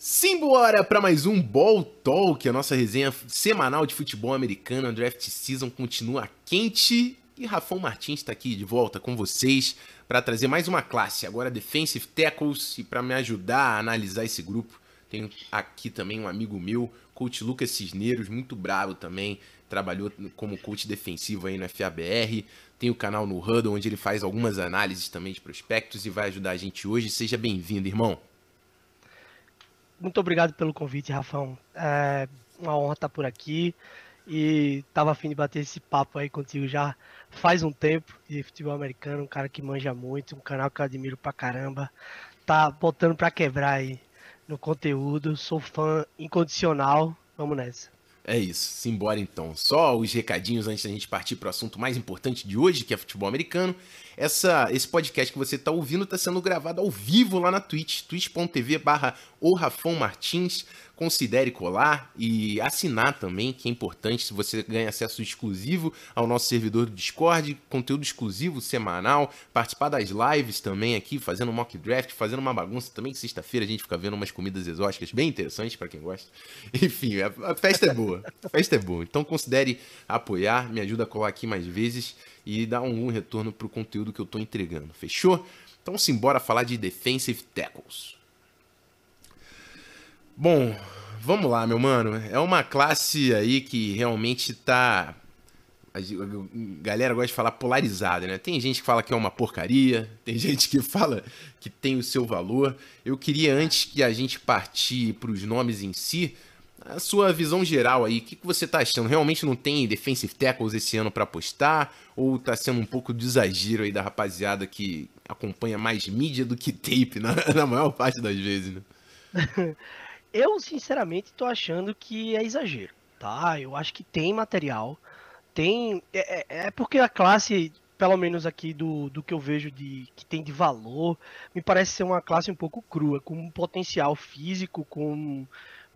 Simbora para mais um Ball Talk, a nossa resenha semanal de futebol americano. A Draft Season continua quente e Rafão Martins está aqui de volta com vocês para trazer mais uma classe, agora Defensive Tackles, e para me ajudar a analisar esse grupo, tenho aqui também um amigo meu, Coach Lucas Cisneros, muito bravo também, trabalhou como coach defensivo aí no FABR, tem o canal no Huddle, onde ele faz algumas análises também de prospectos e vai ajudar a gente hoje. Seja bem-vindo, irmão. Muito obrigado pelo convite, Rafão. É uma honra estar por aqui e tava a fim de bater esse papo aí contigo já faz um tempo de futebol americano, um cara que manja muito, um canal que eu admiro pra caramba. Tá botando pra quebrar aí no conteúdo, sou fã incondicional. Vamos nessa. É isso, simbora então. Só os recadinhos antes da gente partir para o assunto mais importante de hoje, que é futebol americano. Esse podcast que você está ouvindo está sendo gravado ao vivo lá na Twitch, twitch.tv/orafãomartins. Considere colar e assinar também, que é importante, se você ganha acesso exclusivo ao nosso servidor do Discord, conteúdo exclusivo semanal, participar das lives também aqui, fazendo mock draft, fazendo uma bagunça também, que sexta-feira a gente fica vendo umas comidas exóticas bem interessantes para quem gosta. Enfim, a festa é boa, a festa é boa. Então considere apoiar, me ajuda a colar aqui mais vezes e dar um retorno pro conteúdo que eu tô entregando, fechou? Então simbora falar de Defensive Tackles. Bom, vamos lá, meu mano. É uma classe aí que realmente tá... A galera gosta de falar polarizada, né? Tem gente que fala que é uma porcaria, tem gente que fala que tem o seu valor. Eu queria, antes que a gente partir pros nomes em si, a sua visão geral aí, o que você tá achando? Realmente não tem defensive tackles esse ano pra apostar? Ou tá sendo um pouco de exagero aí da rapaziada que acompanha mais mídia do que tape na maior parte das vezes, né? Eu, sinceramente, tô achando que é exagero, tá? Eu acho que tem material. Tem. É porque a classe, pelo menos aqui do que eu vejo que tem de valor, me parece ser uma classe um pouco crua, com um potencial físico, com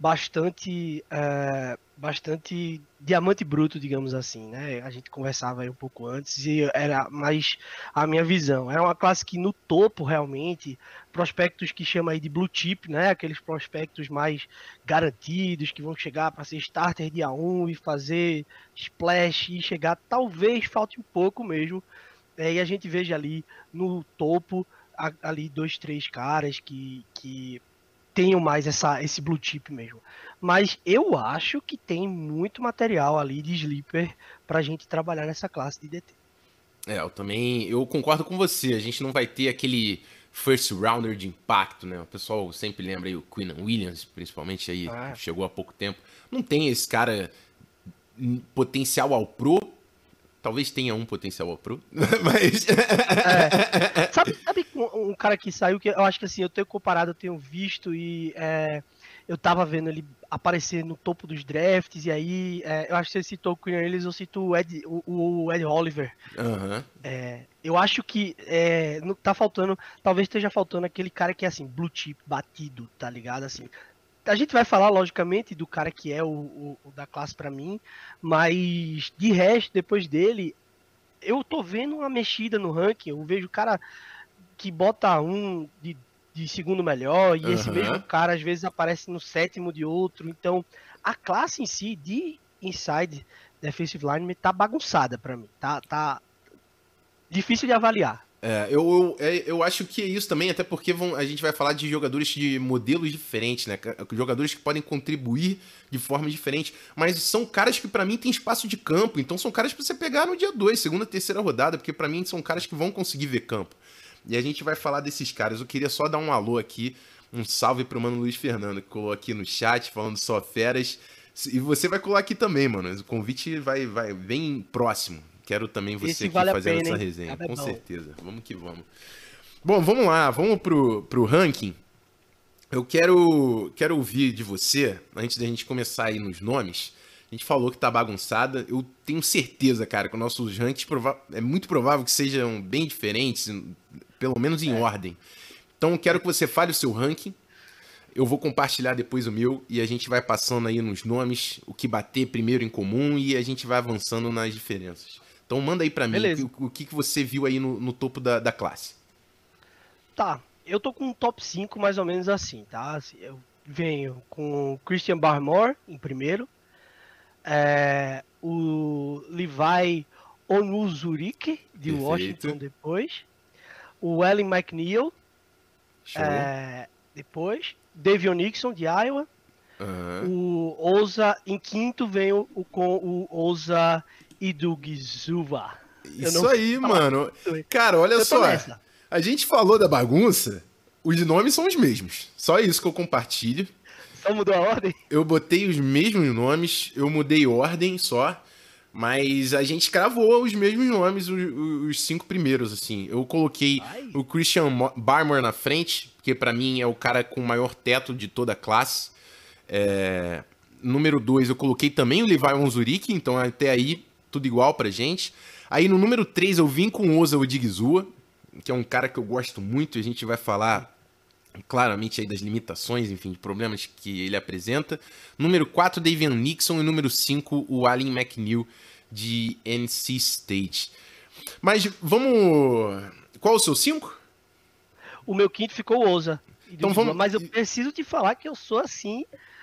bastante diamante bruto, digamos assim, né? A gente conversava aí um pouco antes e era mais a minha visão. Era uma classe que no topo, realmente, prospectos que chama aí de blue chip, né? Aqueles prospectos mais garantidos, que vão chegar para ser starter dia 1 e fazer splash e chegar, talvez falte um pouco mesmo. E a gente veja ali no topo, ali 2, 3 caras que tenham mais esse blue chip mesmo. Mas eu acho que tem muito material ali de sleeper pra gente trabalhar nessa classe de DT. Eu concordo com você. A gente não vai ter aquele first rounder de impacto, né? O pessoal sempre lembra aí o Quinnen Williams, principalmente aí, chegou há pouco tempo. Não tem esse cara potencial ao pro. Talvez tenha um potencial ao pro, mas... Sabe um cara que saiu que eu acho que assim, eu tenho comparado, eu tenho visto e eu tava vendo ele aparecer no topo dos drafts, e aí eu acho que você citou o Quinn Ellis, eu cito o Ed Oliver. Uhum. Eu acho que não tá faltando, talvez esteja faltando aquele cara que é assim, blue chip, batido, tá ligado? Assim, a gente vai falar, logicamente, do cara que é o da classe pra mim, mas de resto, depois dele, eu tô vendo uma mexida no ranking, eu vejo o cara que bota um de segundo melhor, e esse mesmo cara às vezes aparece no sétimo de outro. Então, a classe em si de inside defensive line tá bagunçada para mim. Tá difícil de avaliar. Eu acho que é isso também, até porque a gente vai falar de jogadores de modelos diferentes, né? Jogadores que podem contribuir de forma diferente, mas são caras que pra mim tem espaço de campo, então são caras pra você pegar no dia 2, segunda, terceira rodada, porque pra mim são caras que vão conseguir ver campo. E a gente vai falar desses caras. Eu queria só dar um alô aqui, um salve pro mano Luiz Fernando, que colou aqui no chat, falando só feras. E você vai colar aqui também, mano. O convite vai bem próximo. Quero também você aqui vale fazendo pena, essa resenha, com bom. certeza. Vamos que vamos. Bom, vamos lá, vamos pro ranking. Eu quero ouvir de você, antes da gente começar aí nos nomes. A gente falou que tá bagunçada. Eu tenho certeza, cara, que os nossos rankings é muito provável que sejam bem diferentes, pelo menos em ordem. Então eu quero que você fale o seu ranking. Eu vou compartilhar depois o meu e a gente vai passando aí nos nomes, o que bater primeiro em comum, e a gente vai avançando nas diferenças. Então manda aí pra mim o que você viu aí no topo da classe. Tá, eu tô com um top 5 mais ou menos assim, tá? Assim, eu venho com Christian Barmore em primeiro, o Levi Onwuzurike de Perfeito. Washington depois, o Ellen McNeil Show. depois, Davion Nixon de Iowa, Aham. o Osa em quinto venho com o Osa Idugizuva. Eu Isso não sei aí, falar mano. muito bem. Cara, olha Eu tô só. nessa. A gente falou da bagunça, os nomes são os mesmos. Só isso que eu compartilho. Só mudou a ordem? Eu botei os mesmos nomes, eu mudei ordem só, mas a gente cravou os mesmos nomes, os 5 primeiros, assim. Eu coloquei Ai. o Christian Barmore na frente, porque pra mim é o cara com o maior teto de toda a classe. Número 2, eu coloquei também o Levi Onwuzurike, então até aí tudo igual pra gente. Aí no número 3 eu vim com o Osa Odigizua, que é um cara que eu gosto muito, e a gente vai falar claramente aí das limitações, enfim, de problemas que ele apresenta. Número 4, Davion Nixon, e número 5, o Allen McNeil, de NC State. Mas vamos... Qual o seu 5? O meu quinto ficou o Osa. Então vamos... Mas eu preciso te falar que eu sou assim,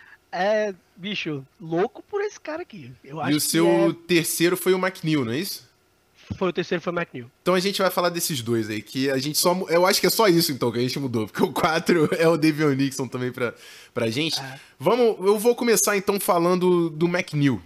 bicho, louco por esse cara aqui. Eu acho E o seu terceiro foi o McNeil, não é isso? Foi o terceiro, foi o McNeil. Então a gente vai falar desses dois aí, que a gente só... Eu acho que é só isso, então, que a gente mudou. Porque o 4 é o Davion Nixon também pra gente. Eu vou começar, então, falando do McNeil.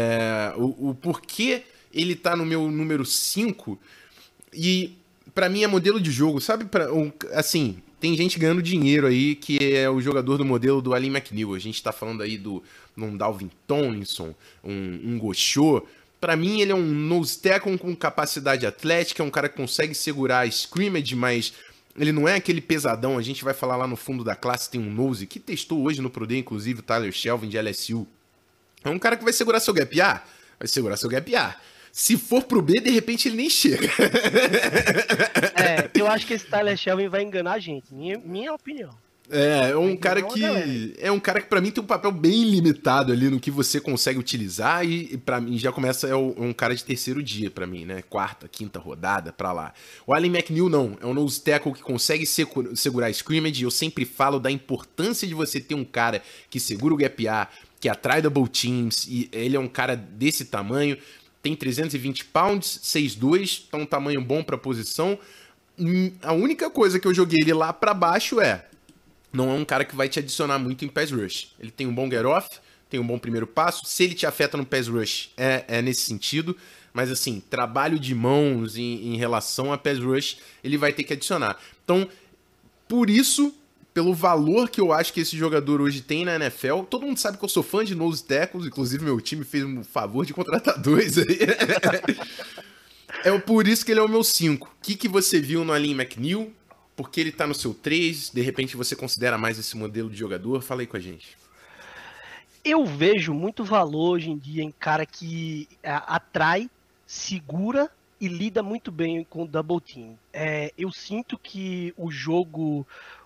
O porquê ele tá no meu número 5. E pra mim é modelo de jogo, sabe? Assim, tem gente ganhando dinheiro aí que é o jogador do modelo do Allen McNeil. A gente tá falando aí do um Dalvin Tomlinson, um Gosho. Pra mim, ele é um nose tackle com capacidade atlética, é um cara que consegue segurar a scrimmage, mas ele não é aquele pesadão. A gente vai falar lá no fundo da classe, tem um nose que testou hoje no Pro Day, inclusive, o Tyler Shelvin de LSU. É um cara que vai segurar seu gap A? Vai segurar seu gap A. Se for pro B, de repente ele nem chega. Eu acho que esse Tyler Shelvin vai enganar a gente, minha opinião. É um cara que pra mim tem um papel bem limitado ali no que você consegue utilizar e pra mim já começa um cara de terceiro dia pra mim, né? Quarta, quinta rodada pra lá. O Allen McNeil não, é um nose tackle que consegue segurar a scrimmage. Eu sempre falo da importância de você ter um cara que segura o gap A, que atrai double teams, e ele é um cara desse tamanho, tem 320 pounds, 6'2", tá um tamanho bom pra posição. A única coisa que eu joguei ele lá pra baixo não é um cara que vai te adicionar muito em pass rush. Ele tem um bom get off, tem um bom primeiro passo. Se ele te afeta no pass rush, é nesse sentido. Mas assim, trabalho de mãos em relação a pass rush, ele vai ter que adicionar. Então, por isso, pelo valor que eu acho que esse jogador hoje tem na NFL, todo mundo sabe que eu sou fã de nose tackles, inclusive meu time fez um favor de contratar 2 aí. É por isso que ele é o meu 5. O que você viu no Allen McNeil? Porque ele tá no seu 3, de repente você considera mais esse modelo de jogador? Fala aí com a gente. Eu vejo muito valor hoje em dia em cara que atrai, segura e lida muito bem com o double team. Eu sinto que o jogo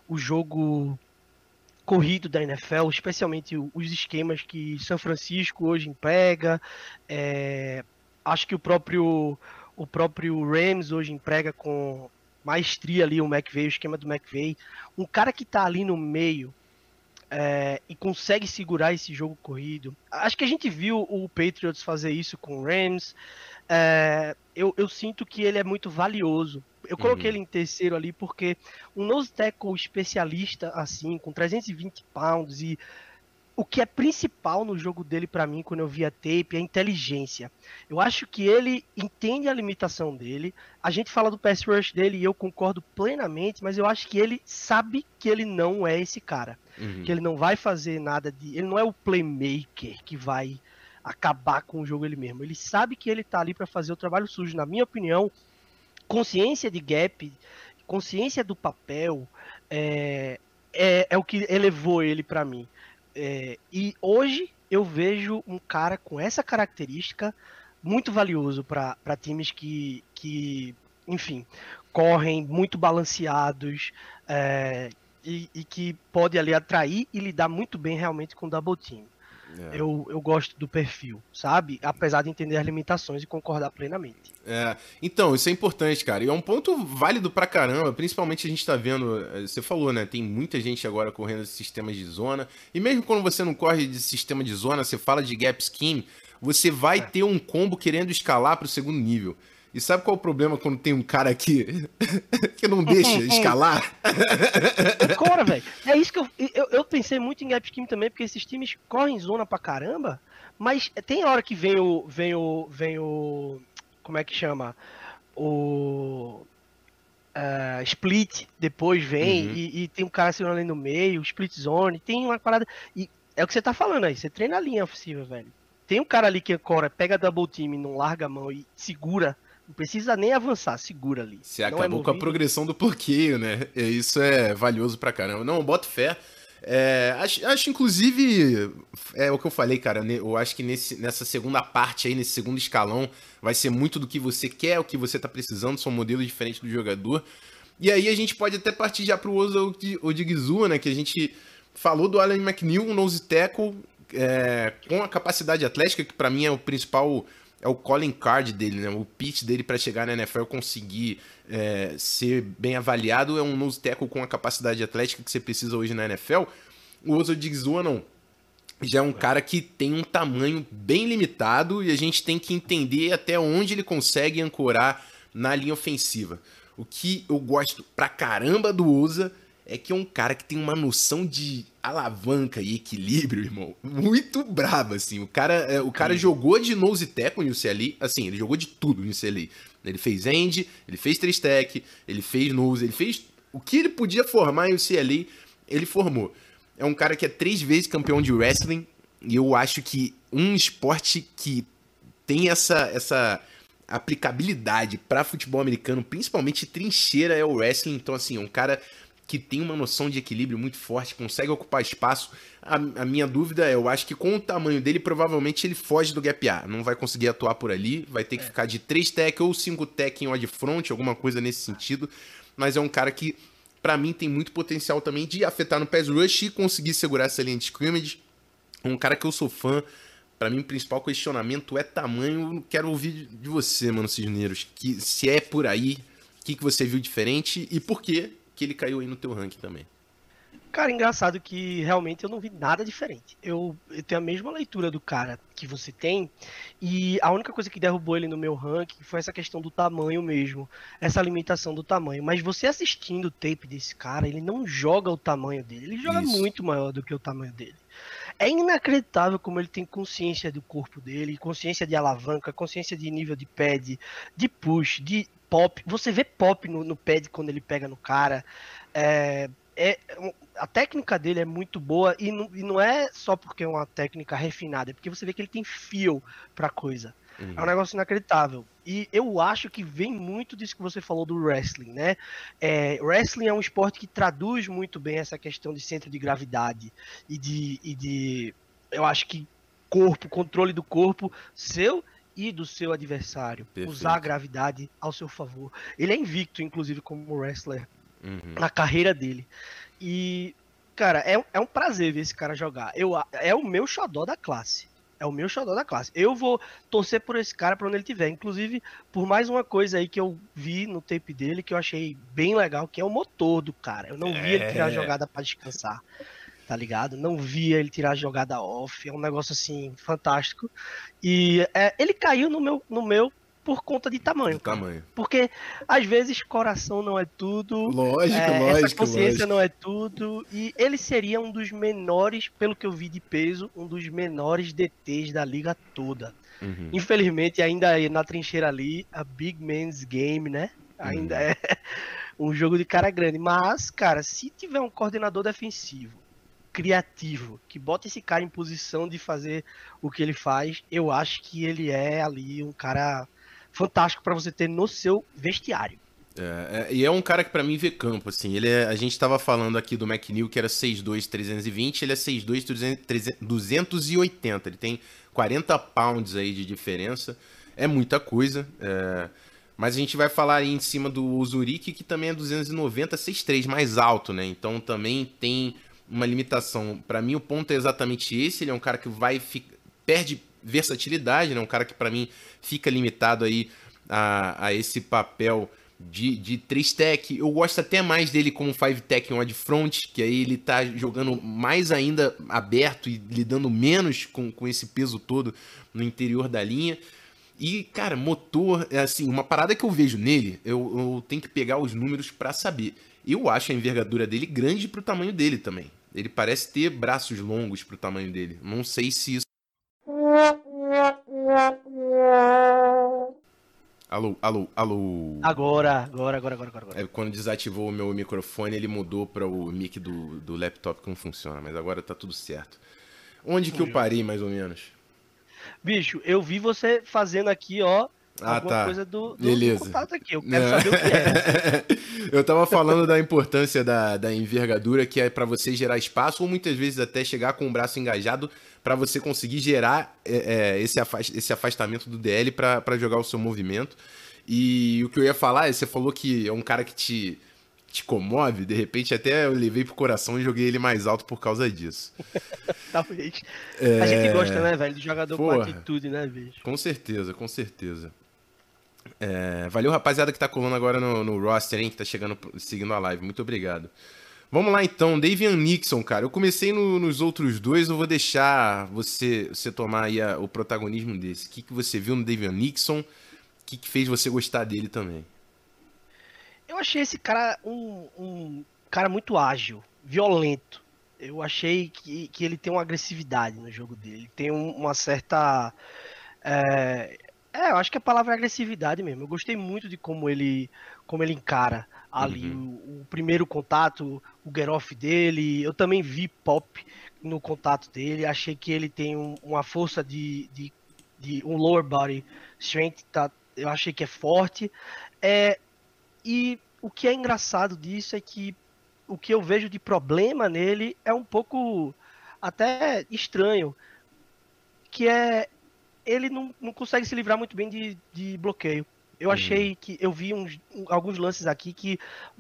corrido da NFL, especialmente os esquemas que São Francisco hoje emprega, acho que o próprio Rams hoje emprega com maestria ali o esquema do McVay, um cara que tá ali no meio e consegue segurar esse jogo corrido. Acho que a gente viu o Patriots fazer isso com o Rams. Eu sinto que ele é muito valioso. Eu coloquei ele em terceiro ali porque um nose tackle especialista assim, com 320 pounds e o que é principal no jogo dele para mim, quando eu vi a tape, é a inteligência. Eu acho que ele entende a limitação dele. A gente fala do pass rush dele e eu concordo plenamente, mas eu acho que ele sabe que ele não é esse cara. Que ele não vai fazer nada de... Ele não é o playmaker que vai acabar com o jogo ele mesmo. Ele sabe que ele tá ali para fazer o trabalho sujo. Na minha opinião, consciência de gap, consciência do papel, é o que elevou ele para mim. E hoje eu vejo um cara com essa característica muito valioso para times que, enfim, correm muito balanceados e que pode ali atrair e lidar muito bem realmente com o double team. Eu gosto do perfil, sabe? Apesar de entender as limitações e concordar plenamente. Então, isso é importante, cara. E é um ponto válido pra caramba, principalmente a gente tá vendo, você falou, né? Tem muita gente agora correndo de sistemas de zona. E mesmo quando você não corre de sistema de zona, você fala de gap scheme, você vai ter um combo querendo escalar pro segundo nível. E sabe qual é o problema quando tem um cara aqui que não deixa escalar? Agora, velho, é isso que eu pensei muito em gap scheme também, porque esses times correm zona pra caramba, mas tem hora que vem o como é que chama? O split, depois vem, e tem um cara segurando ali no meio, split zone, tem uma parada, e é o que você tá falando aí, você treina a linha ofensiva, velho. Tem um cara ali que agora pega double team, não larga a mão e segura. Não precisa nem avançar, segura ali. Você acabou com a progressão do bloqueio, né? E isso é valioso pra caramba. Não, eu boto fé. Acho, inclusive, é o que eu falei, cara. Eu acho que nessa segunda parte aí, nesse segundo escalão, vai ser muito do que você quer, o que você tá precisando. São modelos diferentes do jogador. E aí a gente pode até partir já pro Osa Odigizua, né? Que a gente falou do Allen McNeil, um nose tackle, com a capacidade atlética, que pra mim é o principal... É o calling card dele, né? O pitch dele para chegar na NFL conseguir ser bem avaliado é um nose tackle com a capacidade atlética que você precisa hoje na NFL. O Osa Odigizua não. Já é um cara que tem um tamanho bem limitado e a gente tem que entender até onde ele consegue ancorar na linha ofensiva. O que eu gosto pra caramba do Osa é que é um cara que tem uma noção de alavanca e equilíbrio, irmão, muito brabo, assim. O cara jogou de nose tackle no UCLA, assim, ele jogou de tudo no UCLA. Ele fez end, ele fez 3-tech, ele fez nose, ele fez o que ele podia formar em UCLA, ele formou. É um cara que é 3 vezes campeão de wrestling, e eu acho que um esporte que tem essa aplicabilidade para futebol americano, principalmente trincheira, é o wrestling. Então, assim, é um cara que tem uma noção de equilíbrio muito forte, consegue ocupar espaço. A minha dúvida é, eu acho que com o tamanho dele, provavelmente ele foge do gap A. Não vai conseguir atuar por ali, vai ter que ficar de 3-tech ou 5-tech em odd front, alguma coisa nesse sentido. Mas é um cara que, pra mim, tem muito potencial também de afetar no pass rush e conseguir segurar essa linha de scrimmage. Um cara que eu sou fã. Pra mim, o principal questionamento é tamanho. Quero ouvir de você, mano, Cisneiros, que se é por aí, o que você viu diferente e por quê que ele caiu aí no teu ranking também. Cara, engraçado que realmente eu não vi nada diferente. Eu tenho a mesma leitura do cara que você tem, e a única coisa que derrubou ele no meu ranking foi essa questão do tamanho mesmo, essa limitação do tamanho. Mas você assistindo o tape desse cara, ele não joga o tamanho dele, ele joga muito maior do que o tamanho dele. É inacreditável como ele tem consciência do corpo dele, consciência de alavanca, consciência de nível de pad, de push, de pop. Você vê pop no pad quando ele pega no cara. A técnica dele é muito boa e não é só porque é uma técnica refinada, é porque você vê que ele tem feel pra coisa. É um negócio inacreditável. E eu acho que vem muito disso que você falou do wrestling, né? Wrestling é um esporte que traduz muito bem essa questão de centro de gravidade e de eu acho que controle do corpo seu e do seu adversário. Perfeito. Usar a gravidade ao seu favor. Ele é invicto, inclusive, como wrestler na carreira dele. E, cara, é um prazer ver esse cara jogar. É o meu xodó da classe. É o meu xodó da classe. Eu vou torcer por esse cara pra onde ele estiver. Inclusive, por mais uma coisa aí que eu vi no tape dele, que eu achei bem legal, que é o motor do cara. Eu não vi ele tirar a jogada pra descansar, tá ligado? Não via ele tirar a jogada off. É um negócio, assim, fantástico. E ele caiu no meu por conta de tamanho. Porque, às vezes, coração não é tudo. Lógico. Essa consciência não é tudo. E ele seria um dos menores, pelo que eu vi de peso, um dos menores DTs da liga toda. Infelizmente, ainda na trincheira ali, a Big Man's Game, né? Ainda é um jogo de cara grande. Mas, cara, se tiver um coordenador defensivo criativo, que bota esse cara em posição de fazer o que ele faz, eu acho que ele é ali um cara fantástico para você ter no seu vestiário. E é um cara que pra mim vê campo, assim, a gente tava falando aqui do McNeil que era 6'2", 320, ele é 6'2", 280, ele tem 40 pounds aí de diferença, é muita coisa, mas a gente vai falar aí em cima do Uzurike, que também é 290, 6'3", mais alto, né, então também tem uma limitação. Pra mim, o ponto é exatamente esse. Ele é um cara que perde versatilidade, né? Um cara que pra mim fica limitado aí a esse papel de 3-tech. Eu gosto até mais dele como 5-tech em odd front, que aí ele tá jogando mais ainda aberto e lidando menos com esse peso todo no interior da linha. E, cara, motor, é assim, uma parada que eu vejo nele, eu tenho que pegar os números pra saber. Eu acho a envergadura dele grande pro tamanho dele também. Ele parece ter braços longos pro tamanho dele. Não sei se isso... Alô, alô, alô. Agora. Quando desativou o meu microfone, ele mudou para o mic do laptop que não funciona, mas agora tá tudo certo. Onde que eu parei, mais ou menos? Bicho, eu vi você fazendo aqui, ó, alguma coisa do contato aqui. Eu quero saber o que é. Eu tava falando da importância da envergadura, que é para você gerar espaço, ou muitas vezes até chegar com o braço engajado para você conseguir gerar esse afastamento do DL para jogar o seu movimento. E o que eu ia falar, você falou que é um cara que te comove, de repente até eu levei pro coração e joguei ele mais alto por causa disso. Talvez. A gente gosta, né, velho, de jogador com atitude, né, bicho? Com certeza, com certeza. Valeu, rapaziada, que tá colando agora no roster, hein, que tá chegando, seguindo a live. Muito obrigado. Vamos lá, então. Davian Nixon, cara. Eu comecei nos outros dois, eu vou deixar você tomar aí o protagonismo desse. O que você viu no Davian Nixon? O que fez você gostar dele também? Eu achei esse cara um cara muito ágil, violento. Eu achei que ele tem uma agressividade no jogo dele. Ele tem uma certa... eu acho que a palavra é agressividade mesmo. Eu gostei muito de como ele encara ali o primeiro contato, o get-off dele. Eu também vi pop no contato dele. Achei que ele tem uma força de um lower body strength. Tá? Eu achei que é forte. E o que é engraçado disso é que o que eu vejo de problema nele é um pouco até estranho. Que é ele não consegue se livrar muito bem de bloqueio. Eu achei que... Eu vi alguns lances aqui que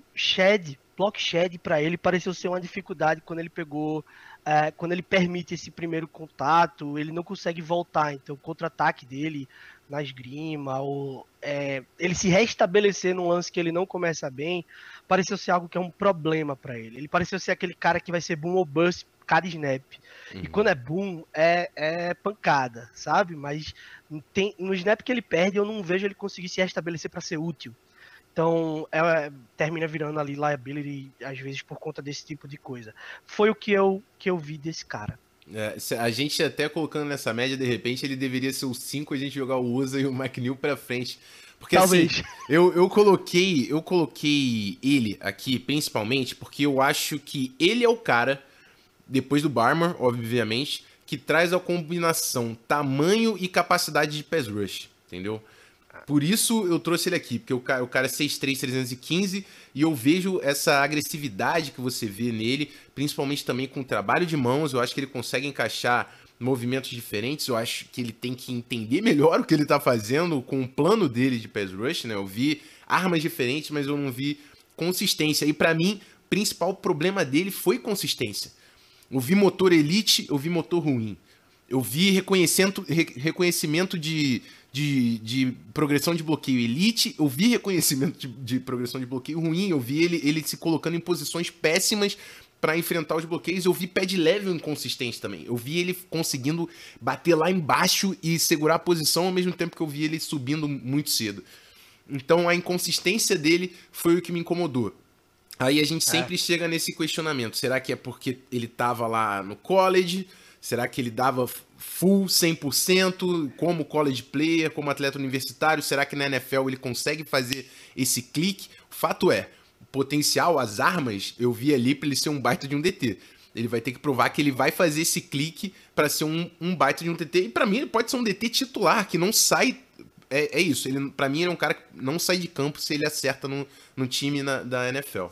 block shed pra ele pareceu ser uma dificuldade quando ele pegou... quando ele permite esse primeiro contato, ele não consegue voltar. Então o contra-ataque dele na esgrima, ou ele se restabelecer num lance que ele não começa bem, pareceu ser algo que é um problema pra ele. Ele pareceu ser aquele cara que vai ser boom ou bust cada snap. E quando é boom, é pancada, sabe? Mas no snap que ele perde, eu não vejo ele conseguir se restabelecer para ser útil. Então, termina virando ali liability, às vezes, por conta desse tipo de coisa. Foi o que eu vi desse cara. A gente até colocando nessa média, de repente, ele deveria ser o 5, a gente jogar o USA e o McNeil pra frente. Porque talvez. Assim, eu coloquei ele aqui, principalmente, porque eu acho que ele é o cara... Depois do Barmore, obviamente, que traz a combinação tamanho e capacidade de pass rush, entendeu? Por isso eu trouxe ele aqui, porque o cara é 6'3", 315, e eu vejo essa agressividade que você vê nele, principalmente também com o trabalho de mãos. Eu acho que ele consegue encaixar movimentos diferentes, eu acho que ele tem que entender melhor o que ele tá fazendo com o plano dele de pass rush, né? Eu vi armas diferentes, mas eu não vi consistência. E pra mim, o principal problema dele foi consistência. Eu vi motor elite, eu vi motor ruim. Eu vi reconhecimento de progressão de bloqueio elite, eu vi reconhecimento de progressão de bloqueio ruim, eu vi ele se colocando em posições péssimas para enfrentar os bloqueios, eu vi pad level inconsistente também. Eu vi ele conseguindo bater lá embaixo e segurar a posição ao mesmo tempo que eu vi ele subindo muito cedo. Então a inconsistência dele foi o que me incomodou. Aí a gente sempre chega nesse questionamento. Será que é porque ele tava lá no college? Será que ele dava full 100% como college player, como atleta universitário? Será que na NFL ele consegue fazer esse clique? O fato é, o potencial, as armas, eu vi ali para ele ser um baita de um DT. Ele vai ter que provar que ele vai fazer esse clique para ser um baita de um DT. E para mim ele pode ser um DT titular, que não sai... É isso, para mim ele é um cara que não sai de campo se ele acerta no time da NFL.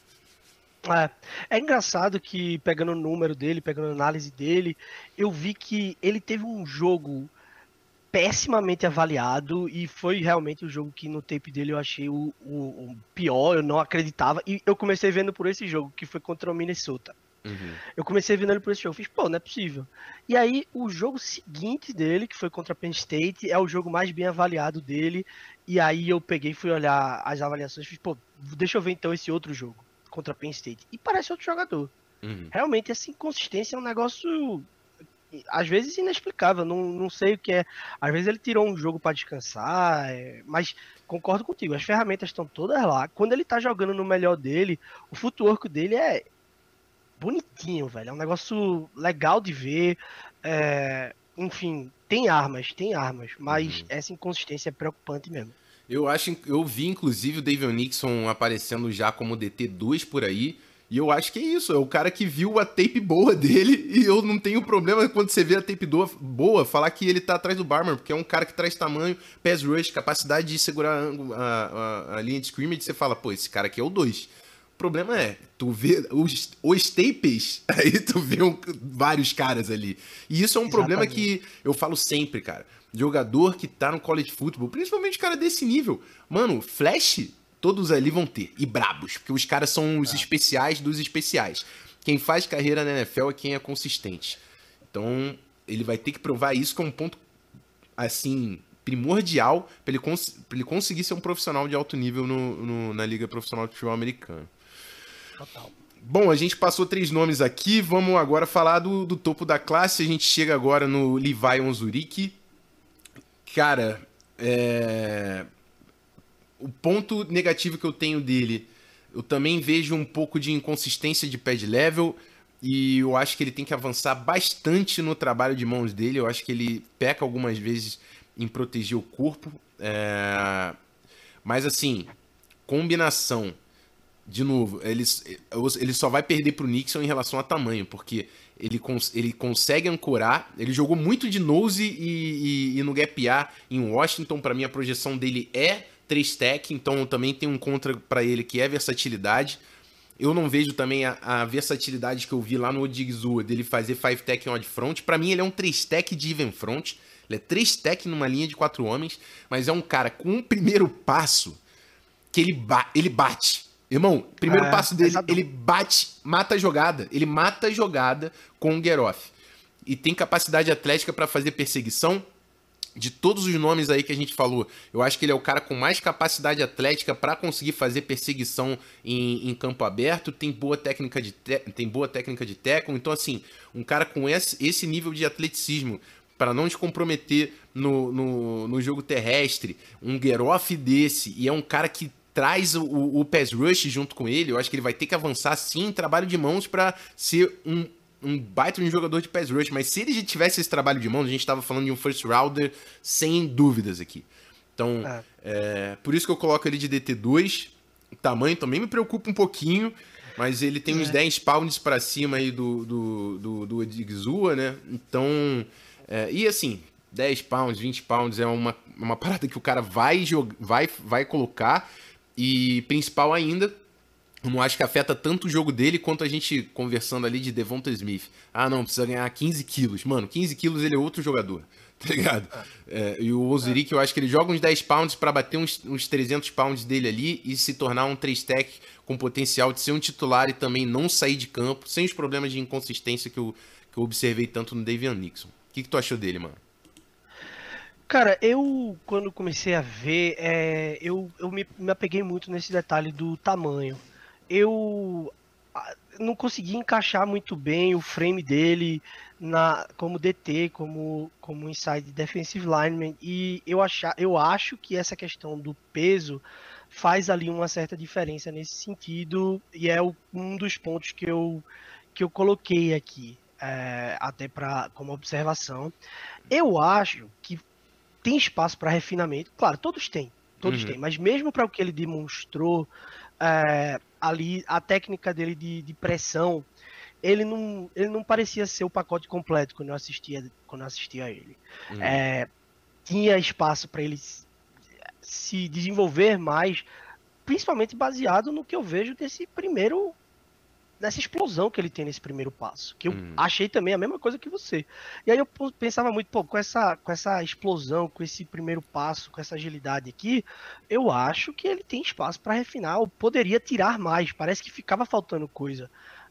É engraçado que, pegando o número dele, pegando a análise dele, eu vi que ele teve um jogo pessimamente avaliado e foi realmente o jogo que no tape dele eu achei o pior, eu não acreditava. E eu comecei vendo por esse jogo, que foi contra o Minnesota. Uhum. Eu comecei vendo ele por esse jogo, fiz, pô, não é possível. E aí, o jogo seguinte dele, que foi contra Penn State, é o jogo mais bem avaliado dele. E aí eu peguei e fui olhar as avaliações, fiz, pô, deixa eu ver então esse outro jogo contra Penn State. E parece outro jogador. Uhum. Realmente, essa inconsistência é um negócio, às vezes, inexplicável. Não sei o que é. Às vezes ele tirou um jogo para descansar, mas concordo contigo, as ferramentas estão todas lá. Quando ele tá jogando no melhor dele, o footwork dele é bonitinho, velho. É um negócio legal de ver. Enfim, tem armas, mas Uhum. essa inconsistência é preocupante mesmo. Eu vi inclusive o David Nixon aparecendo já como DT2 por aí. E eu acho que é isso, é o cara que viu a tape boa dele. E eu não tenho problema quando você vê a tape boa, falar que ele tá atrás do Barmer, porque é um cara que traz tamanho, pass rush, capacidade de segurar a linha de scrimmage. Você fala, pô, esse cara aqui é o 2. O problema é, tu vê os tapes, aí tu vê vários caras ali. E isso é um problema Exatamente. que eu falo sempre, cara. Jogador que tá no college football, principalmente cara desse nível. Mano, flash, todos ali vão ter. E brabos, porque os caras são os Ah, especiais dos especiais. Quem faz carreira na NFL é quem é consistente. Então, ele vai ter que provar isso que é um ponto, assim, primordial pra ele conseguir ser um profissional de alto nível na Liga Profissional de Futebol Americano. total. Bom, a gente passou 3 nomes aqui, vamos agora falar do topo da classe. A gente chega agora no Levi Onwuzurike. Cara, o ponto negativo que eu tenho dele, eu também vejo um pouco de inconsistência de pad level e eu acho que ele tem que avançar bastante no trabalho de mãos dele. Eu acho que ele peca algumas vezes em proteger o corpo. Mas assim, combinação. De novo, ele só vai perder pro Nixon em relação a tamanho, porque ele consegue ancorar. Ele jogou muito de nose e no gap A em Washington. Para mim, a projeção dele é 3-tech, então também tem um contra para ele que é versatilidade. Eu não vejo também a versatilidade que eu vi lá no Odigizua dele fazer 5-tech em odd front. Para mim, ele é um 3-tech de even front. Ele é 3-tech numa linha de 4 homens, mas é um cara com um primeiro passo que ele bate. Irmão, primeiro É, passo dele, ele pesadão. bate, mata a jogada. Ele mata a jogada com o Get-Off. E tem capacidade atlética para fazer perseguição. De todos os nomes aí que a gente falou, eu acho que ele é o cara com mais capacidade atlética para conseguir fazer perseguição em campo aberto. Tem boa técnica de tackle. Então, assim, um cara com esse nível de atleticismo para não te comprometer no jogo terrestre, um Get-Off desse, e é um cara que traz o pass rush junto com ele. Eu acho que ele vai ter que avançar sim em trabalho de mãos para ser um baita de um jogador de pass rush, mas se ele já tivesse esse trabalho de mãos, a gente estava falando de um first rounder sem dúvidas aqui. Então, É. por isso que eu coloco ele de DT2. O tamanho também me preocupa um pouquinho, mas ele tem uns É. 10 pounds para cima aí do Odigizua, né? Então, e assim, 10 pounds, 20 pounds é uma parada que o cara vai colocar. E principal ainda, eu não acho que afeta tanto o jogo dele quanto a gente conversando ali de Devonta Smith. Ah, não, precisa ganhar 15 quilos. Mano, 15 quilos ele é outro jogador, tá ligado? E o Onwuzurike, eu acho que ele joga uns 10 pounds pra bater uns 300 pounds dele ali e se tornar um 3-tech com potencial de ser um titular e também não sair de campo, sem os problemas de inconsistência que eu observei tanto no Davian Nixon. O que tu achou dele, mano? Cara, eu, quando comecei a ver, eu me apeguei muito nesse detalhe do tamanho. Eu não consegui encaixar muito bem o frame dele como DT, como inside defensive lineman, e eu acho que essa questão do peso faz ali uma certa diferença nesse sentido, e é um dos pontos que eu coloquei aqui, até como observação. Eu acho que tem espaço para refinamento. Claro, todos Uhum, têm, mas mesmo para o que ele demonstrou ali, a técnica dele de pressão, ele não parecia ser o pacote completo quando eu assistia a ele. uhum, É, tinha espaço para ele se desenvolver mais, principalmente baseado no que eu vejo nessa explosão que ele tem nesse primeiro passo, que eu uhum, achei também a mesma coisa que você. E aí eu pensava muito, pô, com essa explosão, com esse primeiro passo, com essa agilidade aqui, eu acho que ele tem espaço para refinar, ou poderia tirar mais, parece que ficava faltando coisa.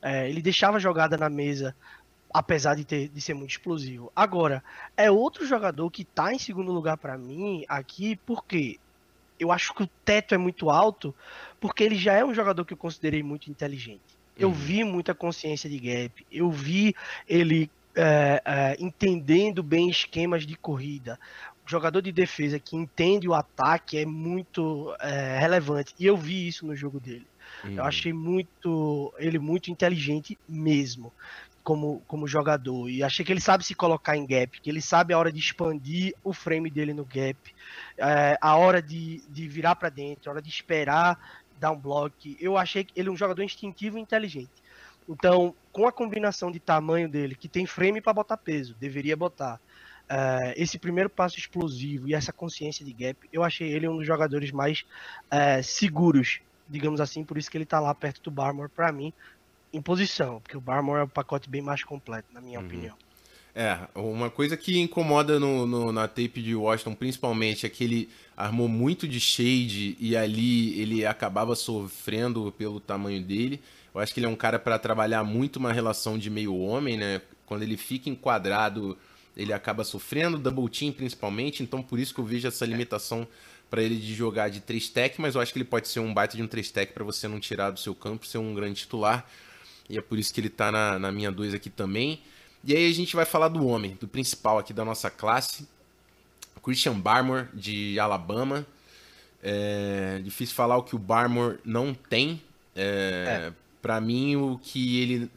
Ele deixava a jogada na mesa, apesar de ser muito explosivo. Agora, é outro jogador que tá em segundo lugar para mim aqui, porque eu acho que o teto é muito alto, porque ele já é um jogador que eu considerei muito inteligente. Eu vi muita consciência de gap, eu vi ele entendendo bem esquemas de corrida. O jogador de defesa que entende o ataque é muito relevante, e eu vi isso no jogo dele. Eu achei ele muito inteligente mesmo. Como jogador, e achei que ele sabe se colocar em gap, que ele sabe a hora de expandir o frame dele no gap, a hora de virar para dentro, a hora de esperar dar um block. Eu achei que ele é um jogador instintivo e inteligente. Então, com a combinação de tamanho dele, que tem frame para botar peso, deveria botar, esse primeiro passo explosivo e essa consciência de gap, eu achei ele um dos jogadores mais seguros, digamos assim, por isso que ele tá lá perto do Barmore para mim, em posição, porque o Barmore é um pacote bem mais completo, na minha opinião. Uma coisa que incomoda na tape de Washington, principalmente, é que ele armou muito de shade e ali ele acabava sofrendo pelo tamanho dele. Eu acho que ele é um cara para trabalhar muito uma relação de meio homem, né? Quando ele fica enquadrado, ele acaba sofrendo, double team principalmente, então por isso que eu vejo essa limitação para ele de jogar de 3-tech, mas eu acho que ele pode ser um baita de um 3-tech para você não tirar do seu campo, ser um grande titular. E é por isso que ele tá na minha 2 aqui também. E aí a gente vai falar do homem, do principal aqui da nossa classe. Christian Barmore, de Alabama. Difícil falar o que o Barmore não tem. Para mim, o que ele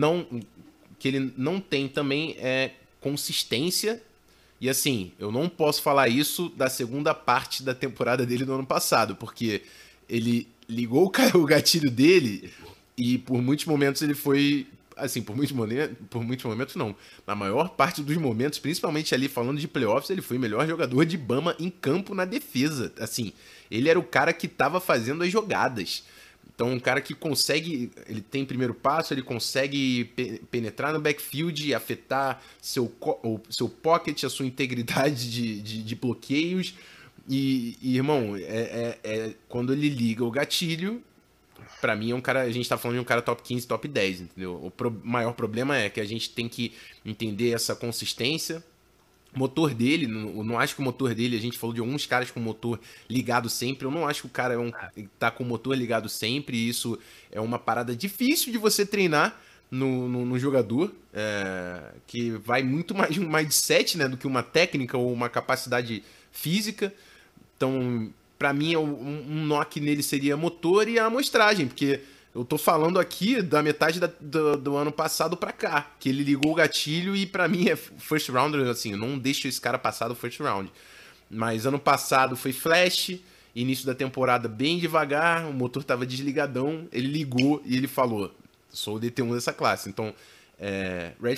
não tem também é consistência. E assim, eu não posso falar isso da segunda parte da temporada dele do ano passado, porque ele ligou o gatilho dele... E por muitos momentos ele foi, assim, por muitos momentos não. Na maior parte dos momentos, principalmente ali falando de playoffs, ele foi o melhor jogador de Bama em campo na defesa. Assim, ele era o cara que estava fazendo as jogadas. Então, um cara que consegue, ele tem primeiro passo, ele consegue penetrar no backfield e afetar o seu pocket, a sua integridade de bloqueios. E irmão, quando ele liga o gatilho... Pra mim, é um cara, a gente tá falando de um cara top 15, top 10, entendeu? O maior problema é que a gente tem que entender essa consistência. O motor dele, eu não acho que o motor dele, a gente falou de alguns caras com o motor ligado sempre, eu não acho que o cara tá com o motor ligado sempre, e isso é uma parada difícil de você treinar no jogador, que vai muito mais de um mindset, né, do que uma técnica ou uma capacidade física. Então... Pra mim, um knock nele seria motor e a amostragem, porque eu tô falando aqui da metade do ano passado pra cá, que ele ligou o gatilho e pra mim é first rounder, assim, eu não deixo esse cara passar do first round. Mas ano passado foi flash, início da temporada bem devagar, o motor tava desligadão, ele ligou e ele falou, sou o DT1 dessa classe, então, red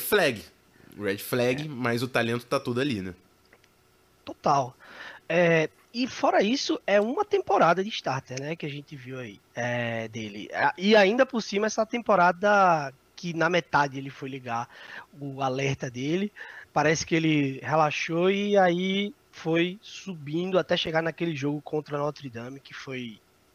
flag, mas o talento tá todo ali, né? Total. E fora isso, é uma temporada de starter, né, que a gente viu aí dele. E ainda por cima, essa temporada que na metade ele foi ligar o alerta dele, parece que ele relaxou e aí foi subindo até chegar naquele jogo contra Notre Dame, que foi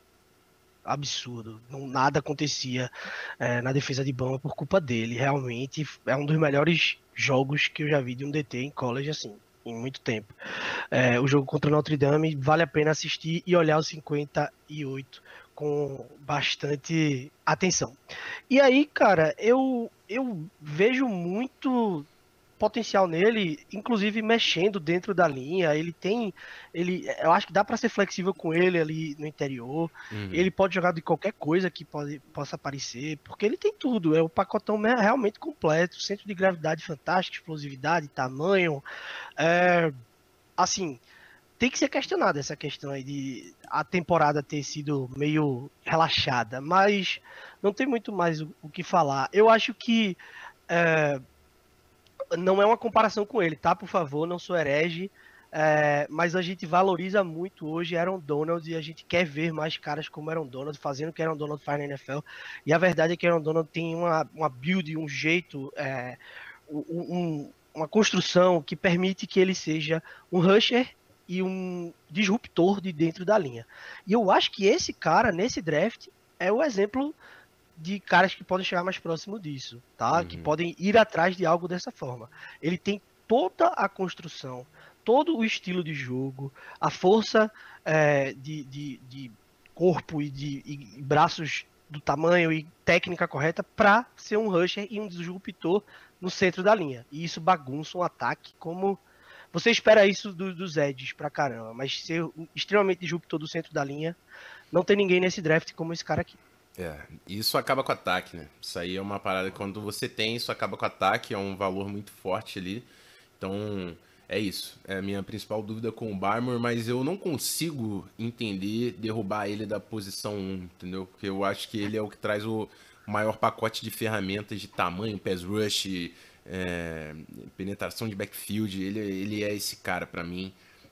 absurdo. Nada acontecia na defesa de Bama por culpa dele. Realmente é um dos melhores jogos que eu já vi de um DT em college, assim, em muito tempo. O jogo contra Notre Dame vale a pena assistir e olhar os 58 com bastante atenção. E aí, cara, eu vejo muito potencial nele, inclusive mexendo dentro da linha. Eu acho que dá para ser flexível com ele ali no interior. Ele pode jogar de qualquer coisa que possa aparecer, porque ele tem tudo. É o pacotão realmente completo, centro de gravidade fantástico, explosividade, tamanho. Assim, tem que ser questionada essa questão aí de a temporada ter sido meio relaxada, mas não tem muito mais o que falar. Eu acho que não é uma comparação com ele, tá? Por favor, não sou herege, mas a gente valoriza muito hoje Aaron Donald e a gente quer ver mais caras como Aaron Donald, fazendo o que Aaron Donald faz na NFL. E a verdade é que Aaron Donald tem uma build, um jeito, uma construção que permite que ele seja um rusher e um disruptor de dentro da linha. E eu acho que esse cara, nesse draft, é o exemplo de caras que podem chegar mais próximo disso, tá? Que Uhum. podem ir atrás de algo dessa forma. Ele tem toda a construção, todo o estilo de jogo, a força de corpo e braços do tamanho e técnica correta para ser um rusher e um disruptor no centro da linha. E isso bagunça um ataque como você espera isso dos edges pra caramba, mas ser extremamente disruptor do centro da linha, não tem ninguém nesse draft como esse cara aqui. Isso acaba com o ataque, né? Isso aí é uma parada que quando você tem, isso acaba com o ataque, é um valor muito forte ali. Então, é isso. É a minha principal dúvida com o Barmore, mas eu não consigo entender derrubar ele da posição 1, entendeu? Porque eu acho que ele é o que traz o maior pacote de ferramentas de tamanho, pass rush, penetração de backfield. Ele é esse cara pra mim.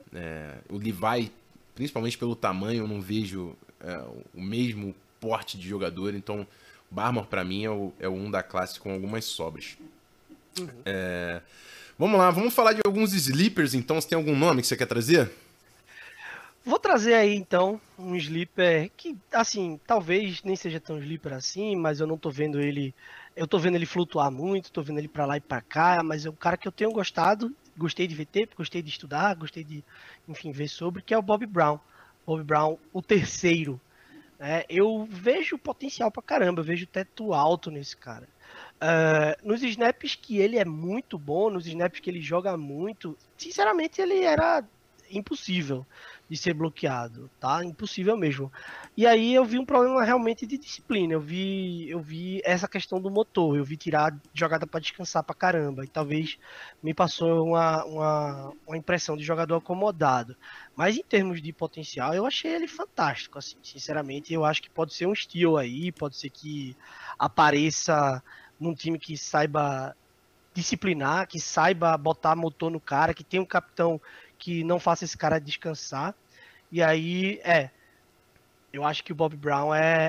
O Levi, principalmente pelo tamanho, eu não vejo o mesmo porte de jogador, então o Barmore pra mim é o um da classe com algumas sobras. Uhum. Vamos lá, vamos falar de alguns sleepers, então. Você tem algum nome que você quer trazer? Vou trazer aí então um sleeper que, assim, talvez nem seja tão sleeper assim, mas eu não tô vendo ele. Eu tô vendo ele flutuar muito, tô vendo ele pra lá e pra cá, mas é um cara que eu tenho gostado, gostei de ver tempo, gostei de estudar, gostei de, enfim, ver sobre, que é o Bob Brown. Bob Brown, o terceiro. Eu vejo potencial pra caramba, eu vejo teto alto nesse cara. Nos snaps que ele é muito bom, nos snaps que ele joga muito, sinceramente ele era impossível de ser bloqueado, tá? Impossível mesmo. E aí eu vi um problema realmente de disciplina, eu vi essa questão do motor, eu vi tirar jogada para descansar pra caramba, e talvez me passou uma impressão de jogador acomodado. Mas em termos de potencial, eu achei ele fantástico, assim, sinceramente, eu acho que pode ser um steal aí, pode ser que apareça num time que saiba disciplinar, que saiba botar motor no cara, que tem um capitão que não faça esse cara descansar. E aí, eu acho que o Bob Brown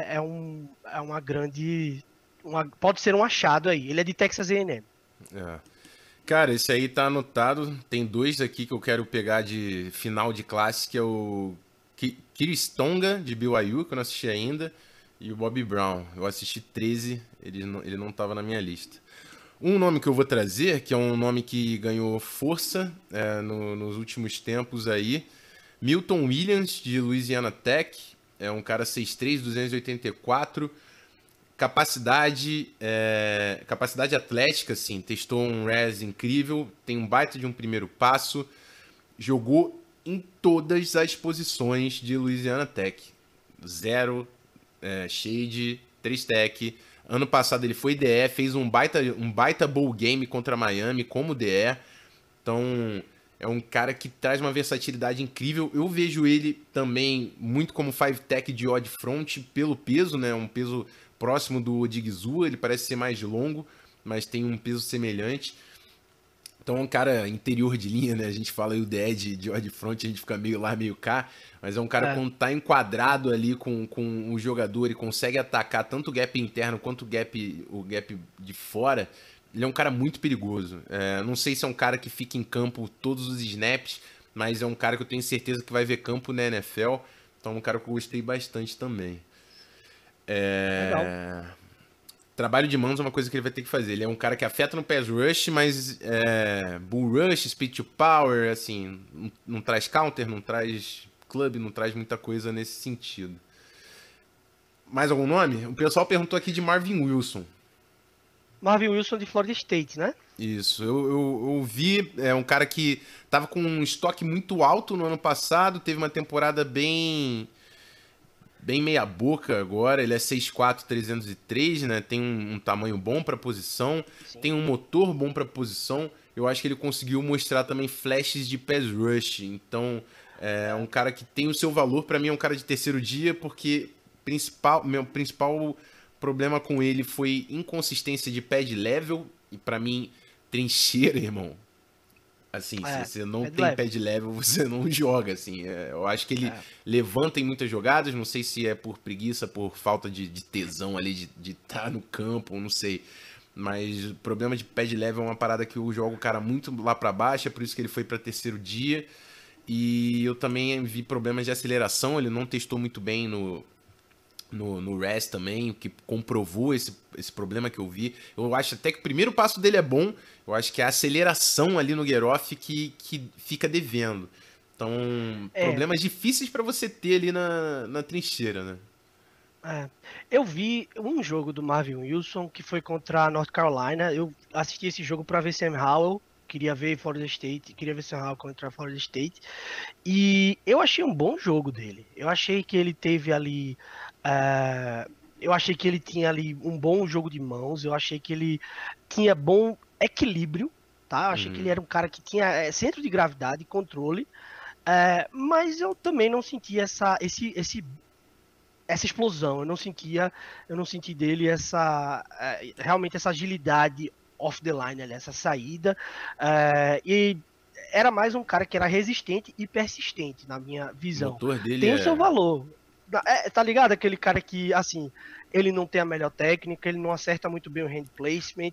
é uma grande. Pode ser um achado aí. Ele é de Texas A&M. É. Cara, esse aí tá anotado. Tem dois aqui que eu quero pegar de final de classe, que é o Kiristonga, de BYU, que eu não assisti ainda, e o Bob Brown. Eu assisti 13, ele não tava na minha lista. Um nome que eu vou trazer, que é um nome que ganhou força nos últimos tempos aí, Milton Williams, de Louisiana Tech. É um cara 6'3", 284. Capacidade atlética, assim, testou um res incrível, tem um baita de um primeiro passo, jogou em todas as posições de Louisiana Tech. Zero, shade, 3 tech. Ano passado ele foi DE, fez um baita bowl game contra Miami como DE. Então, é um cara que traz uma versatilidade incrível. Eu vejo ele também muito como 5-tech de odd front pelo peso, né? Um peso próximo do Odigizua. Ele parece ser mais longo, mas tem um peso semelhante. Então é um cara interior de linha, né? A gente fala aí o DE de odd front, a gente fica meio lá, meio cá. Mas é um cara É, quando tá enquadrado ali com o jogador e consegue atacar tanto o gap interno quanto o gap de fora. Ele é um cara muito perigoso. Não sei se é um cara que fica em campo todos os snaps, mas é um cara que eu tenho certeza que vai ver campo na NFL. Então é um cara que eu gostei bastante também. legal. Trabalho de mãos é uma coisa que ele vai ter que fazer. Ele é um cara que afeta no pass rush, mas bull rush, speed to power, assim, não traz counter, não traz club, não traz muita coisa nesse sentido. Mais algum nome? O pessoal perguntou aqui de Marvin Wilson. Marvin Wilson de Florida State, né? Isso, eu vi, um cara que tava com um estoque muito alto no ano passado, teve uma temporada bem meia boca agora, ele é 6'4", 303, né? Tem um tamanho bom para posição, Sim. tem um motor bom para posição. Eu acho que ele conseguiu mostrar também flashes de pass rush. Então, é um cara que tem o seu valor. Para mim é um cara de terceiro dia, porque meu principal problema com ele foi inconsistência de pad level. E para mim, trincheira, irmão. Assim, se você não É de tem leve. pad level, você não joga, assim. Eu acho que ele É. levanta em muitas jogadas, não sei se é por preguiça, por falta de tesão ali, de estar no campo, não sei. Mas o problema de pad level é uma parada que eu jogo o cara muito lá pra baixo, é por isso que ele foi pra terceiro dia. E eu também vi problemas de aceleração, ele não testou muito bem no RES também, que comprovou esse problema que eu vi. Eu acho até que o primeiro passo dele é bom, eu acho que é a aceleração ali no Geroff que fica devendo. Então, É, problemas difíceis para você ter ali na trincheira, né? é. Eu vi um jogo do Marvin Wilson que foi contra a North Carolina. Eu assisti esse jogo para ver Sam Howell. Queria ver Florida State, queria ver Sam Howell contra a Florida State. E eu achei um bom jogo dele. Eu achei que ele teve ali. eh, eu achei que ele tinha ali um bom jogo de mãos. Eu achei que ele tinha bom equilíbrio. Tá? Eu achei que ele Uhum. era um cara que tinha centro de gravidade, controle. Mas eu também não senti essa explosão. Eu não senti dele realmente essa agilidade off the line, ali, essa saída. E era mais um cara que era resistente e persistente, na minha O visão. motor dele Tem o seu é. valor. Tá ligado? Aquele cara que, assim, ele não tem a melhor técnica, ele não acerta muito bem o hand placement,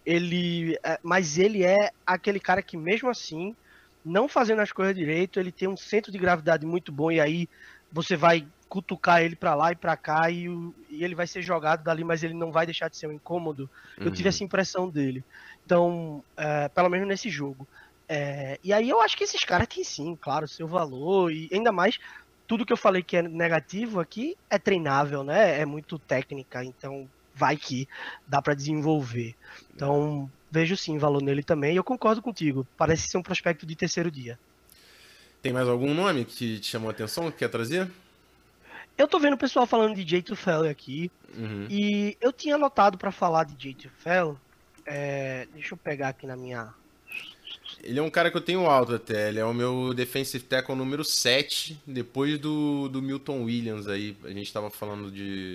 mas ele é aquele cara que, mesmo assim, não fazendo as coisas direito, ele tem um centro de gravidade muito bom, e aí você vai cutucar ele para lá e para cá e ele vai ser jogado dali, mas ele não vai deixar de ser um incômodo. Eu tive Uhum. essa impressão dele. Então, pelo menos nesse jogo. E aí eu acho que esses caras têm sim, claro, seu valor, e ainda mais tudo que eu falei que é negativo aqui é treinável, né? É muito técnica, então vai que dá para desenvolver. Então, vejo sim valor nele também, e eu concordo contigo. Parece ser um prospecto de terceiro dia. Tem mais algum nome que te chamou a atenção, que quer trazer? Eu tô vendo o pessoal falando de Jay Tufel aqui, Uhum. e eu tinha anotado para falar de Jay Tufel. Deixa eu pegar aqui na minha. Ele é um cara que eu tenho alto até. Ele é o meu defensive tackle número 7 depois do Milton Williams aí. A gente tava falando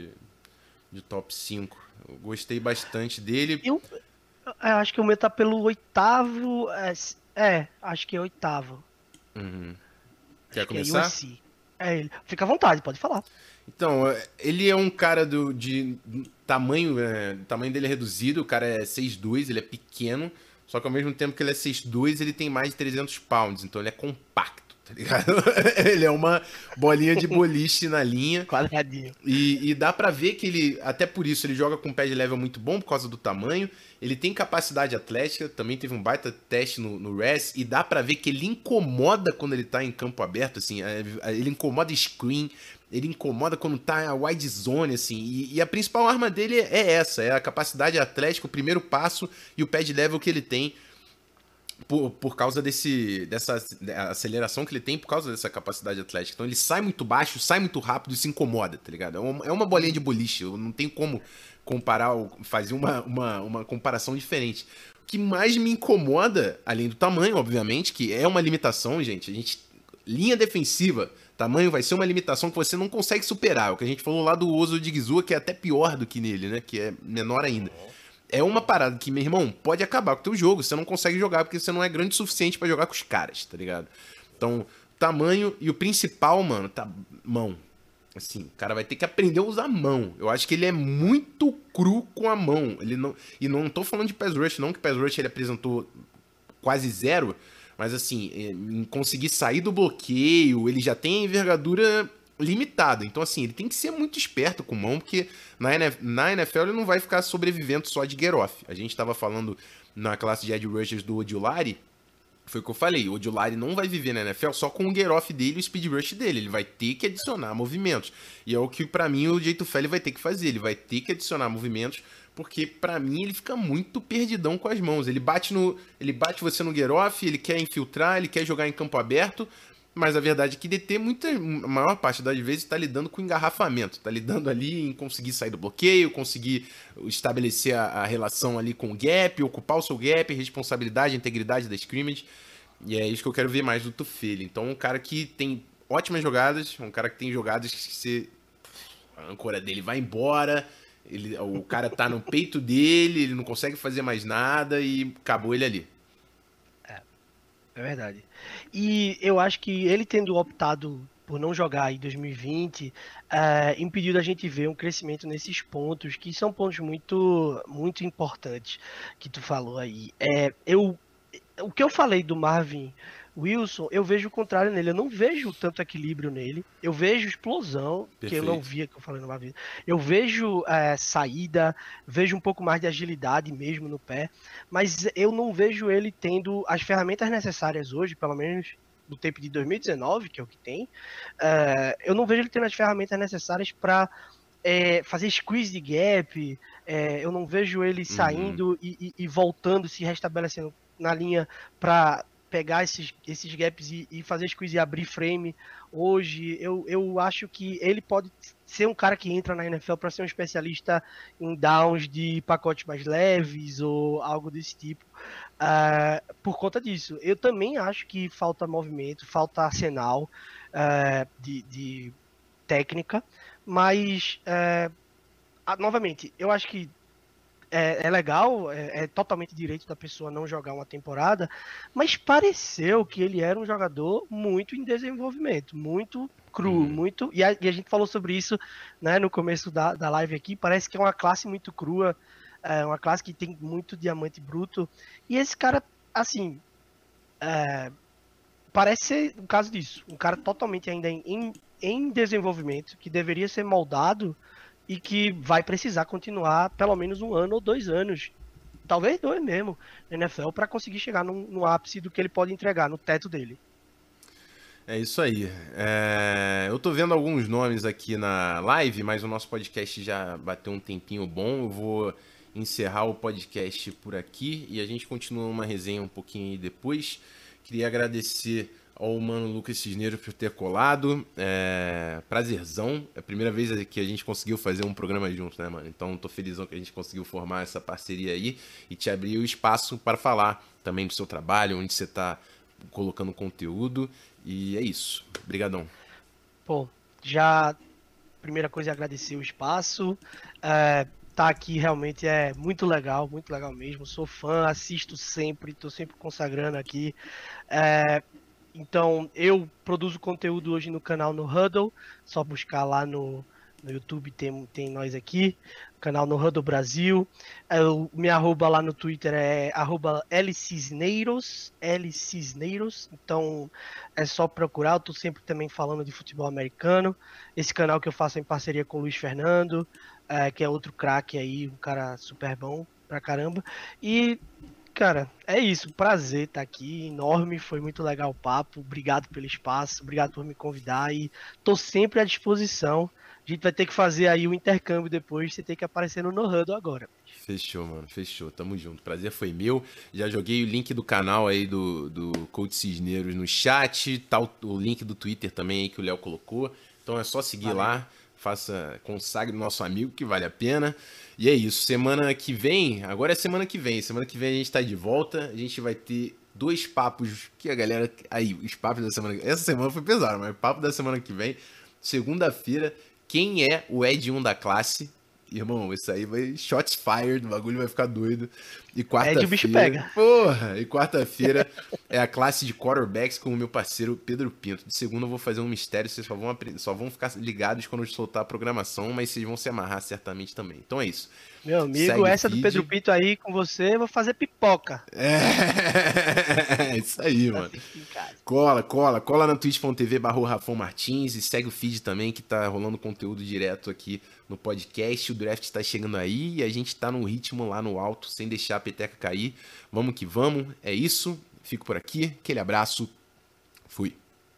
de top 5. Eu gostei bastante dele. Eu acho que o meu tá pelo oitavo. Acho que é oitavo. Quer Acho que é começar? USC. É ele. Fica à vontade, pode falar. Então, ele é um cara de tamanho, o tamanho dele é reduzido, o cara é 6'2", ele é pequeno, só que ao mesmo tempo que ele é 6'2", ele tem mais de 300 pounds, então ele é compacto, tá ligado? Ele é uma bolinha de boliche na linha. Quadradinho. E dá pra ver que ele, até por isso, ele joga com um pad level muito bom por causa do tamanho. Ele tem capacidade atlética, também teve um baita teste no RES. E dá pra ver que ele incomoda quando ele tá em campo aberto, assim. Ele incomoda screen, ele incomoda quando tá wide zone, assim. E a principal arma dele é essa, é a capacidade atlética, o primeiro passo e o pad level que ele tem por causa dessa aceleração que ele tem, por causa dessa capacidade atlética. Então ele sai muito baixo, sai muito rápido e se incomoda, tá ligado? É uma bolinha de boliche, eu não tenho como comparar, fazer uma comparação diferente. O que mais me incomoda, além do tamanho, obviamente, que é uma limitação, gente, linha defensiva, tamanho vai ser uma limitação que você não consegue superar. É o que a gente falou lá do Oso de Gizua, que é até pior do que nele, né? Que é menor ainda. É uma parada que, meu irmão, pode acabar com o teu jogo. Você não consegue jogar porque você não é grande o suficiente pra jogar com os caras, tá ligado? Então, tamanho e o principal, mano, tá mão. Assim, o cara vai ter que aprender a usar a mão. Eu acho que ele é muito cru com a mão. Ele não, e não tô falando de pass rush, não, que pass rush ele apresentou quase zero, mas assim, em conseguir sair do bloqueio, ele já tem a envergadura limitada. Então, assim, ele tem que ser muito esperto com mão, porque na NFL ele não vai ficar sobrevivendo só de get off. A gente estava falando na classe de edge rushers do Odulari, foi o que eu falei, o Odulari não vai viver na NFL só com o get off dele e o speed rush dele, ele vai ter que adicionar movimentos. E é o que para mim o Jay Tufel vai ter que fazer, ele vai ter que adicionar movimentos, porque pra mim ele fica muito perdidão com as mãos. Ele bate você no get off, ele quer infiltrar, ele quer jogar em campo aberto, mas a verdade é que DT, a maior parte das vezes, está lidando com engarrafamento. Está lidando ali em conseguir sair do bloqueio, conseguir estabelecer a relação ali com o gap, ocupar o seu gap, responsabilidade, integridade da scrimmage. E é isso que eu quero ver mais do Tufele. Então, um cara que tem ótimas jogadas, um cara que tem jogadas que você... A âncora dele vai embora, o cara tá no peito dele, ele não consegue fazer mais nada e acabou ele ali. É verdade. E eu acho que ele tendo optado por não jogar em 2020, impediu da gente ver um crescimento nesses pontos, que são pontos muito, muito importantes que tu falou aí. O que eu falei do Marvin Wilson, eu vejo o contrário nele. Eu não vejo tanto equilíbrio nele. Eu vejo explosão, que eu não via, que eu falei numa vida. Eu vejo saída, vejo um pouco mais de agilidade mesmo no pé, mas eu não vejo ele tendo as ferramentas necessárias hoje, pelo menos no tempo de 2019, que é o que tem. Eu não vejo ele tendo as ferramentas necessárias para fazer squeeze de gap. Eu não vejo ele saindo e voltando, se restabelecendo na linha para pegar esses gaps e fazer squeeze e abrir frame. Hoje, eu acho que ele pode ser um cara que entra na NFL para ser um especialista em downs de pacotes mais leves ou algo desse tipo. Por conta disso, eu também acho que falta movimento, falta arsenal de técnica, mas novamente, eu acho que é legal, é totalmente direito da pessoa não jogar uma temporada, mas pareceu que ele era um jogador muito em desenvolvimento, muito cru, muito. E a gente falou sobre isso, né, no começo da live aqui. Parece que é uma classe muito crua, uma classe que tem muito diamante bruto. E esse cara, assim, parece ser um caso disso, um cara totalmente ainda em desenvolvimento, que deveria ser moldado e que vai precisar continuar pelo menos 1 ano ou 2 anos, talvez 2 mesmo, na NFL, para conseguir chegar no ápice do que ele pode entregar, no teto dele. É isso aí. Eu tô vendo alguns nomes aqui na live, mas o nosso podcast já bateu um tempinho bom. Eu vou encerrar o podcast por aqui e a gente continua uma resenha um pouquinho aí depois. Queria agradecer ao mano Lucas Cisneros por ter colado. Prazerzão. É a primeira vez que a gente conseguiu fazer um programa junto, né, mano? Então tô felizão que a gente conseguiu formar essa parceria aí e te abrir o espaço para falar também do seu trabalho, onde você tá colocando conteúdo. E é isso. Obrigadão. Pô, primeira coisa é agradecer o espaço. Tá aqui realmente é muito legal mesmo. Sou fã, assisto sempre, tô sempre consagrando aqui. Então, eu produzo conteúdo hoje no canal no Huddle, só buscar lá no YouTube, tem nós aqui, canal no Huddle Brasil. Minha arroba lá no Twitter é @lcisneiros, então é só procurar. Eu tô sempre também falando de futebol americano. Esse canal que eu faço em parceria com o Luiz Fernando, que é outro craque aí, um cara super bom pra caramba. E cara, é isso. Prazer estar aqui, enorme. Foi muito legal o papo. Obrigado pelo espaço, obrigado por me convidar e tô sempre à disposição. A gente vai ter que fazer aí o intercâmbio depois. Você tem que aparecer no Huddle agora. Fechou, mano. Fechou. Tamo junto. Prazer foi meu. Já joguei o link do canal aí do Coach Cisneros no chat. Tá o link do Twitter também aí que o Léo colocou. Então é só seguir lá. Consagre o nosso amigo que vale a pena. E é isso. Semana que vem, agora é semana que vem. Semana que vem a gente tá de volta. A gente vai ter 2 papos que a galera. Aí, os papos da semana. Essa semana foi pesado, mas o papo da semana que vem, segunda-feira, quem é o Ed 1 da classe? Irmão, isso aí vai shots fired, o bagulho vai ficar doido. E quarta-feira. O bicho pega. Porra! E quarta-feira é a classe de quarterbacks com o meu parceiro Pedro Pinto. De segunda eu vou fazer um mistério, vocês só vão ficar ligados quando eu soltar a programação, mas vocês vão se amarrar certamente também. Então é isso. Meu amigo, essa do Pedro Pinto aí com você, eu vou fazer pipoca. É isso aí, mano. Cola na twitch.tv/Rafão Martins e segue o feed também que tá rolando conteúdo direto aqui no podcast. O draft tá chegando aí e a gente tá num ritmo lá no alto, sem deixar a peteca cair. Vamos que vamos, é isso. Fico por aqui, aquele abraço, fui.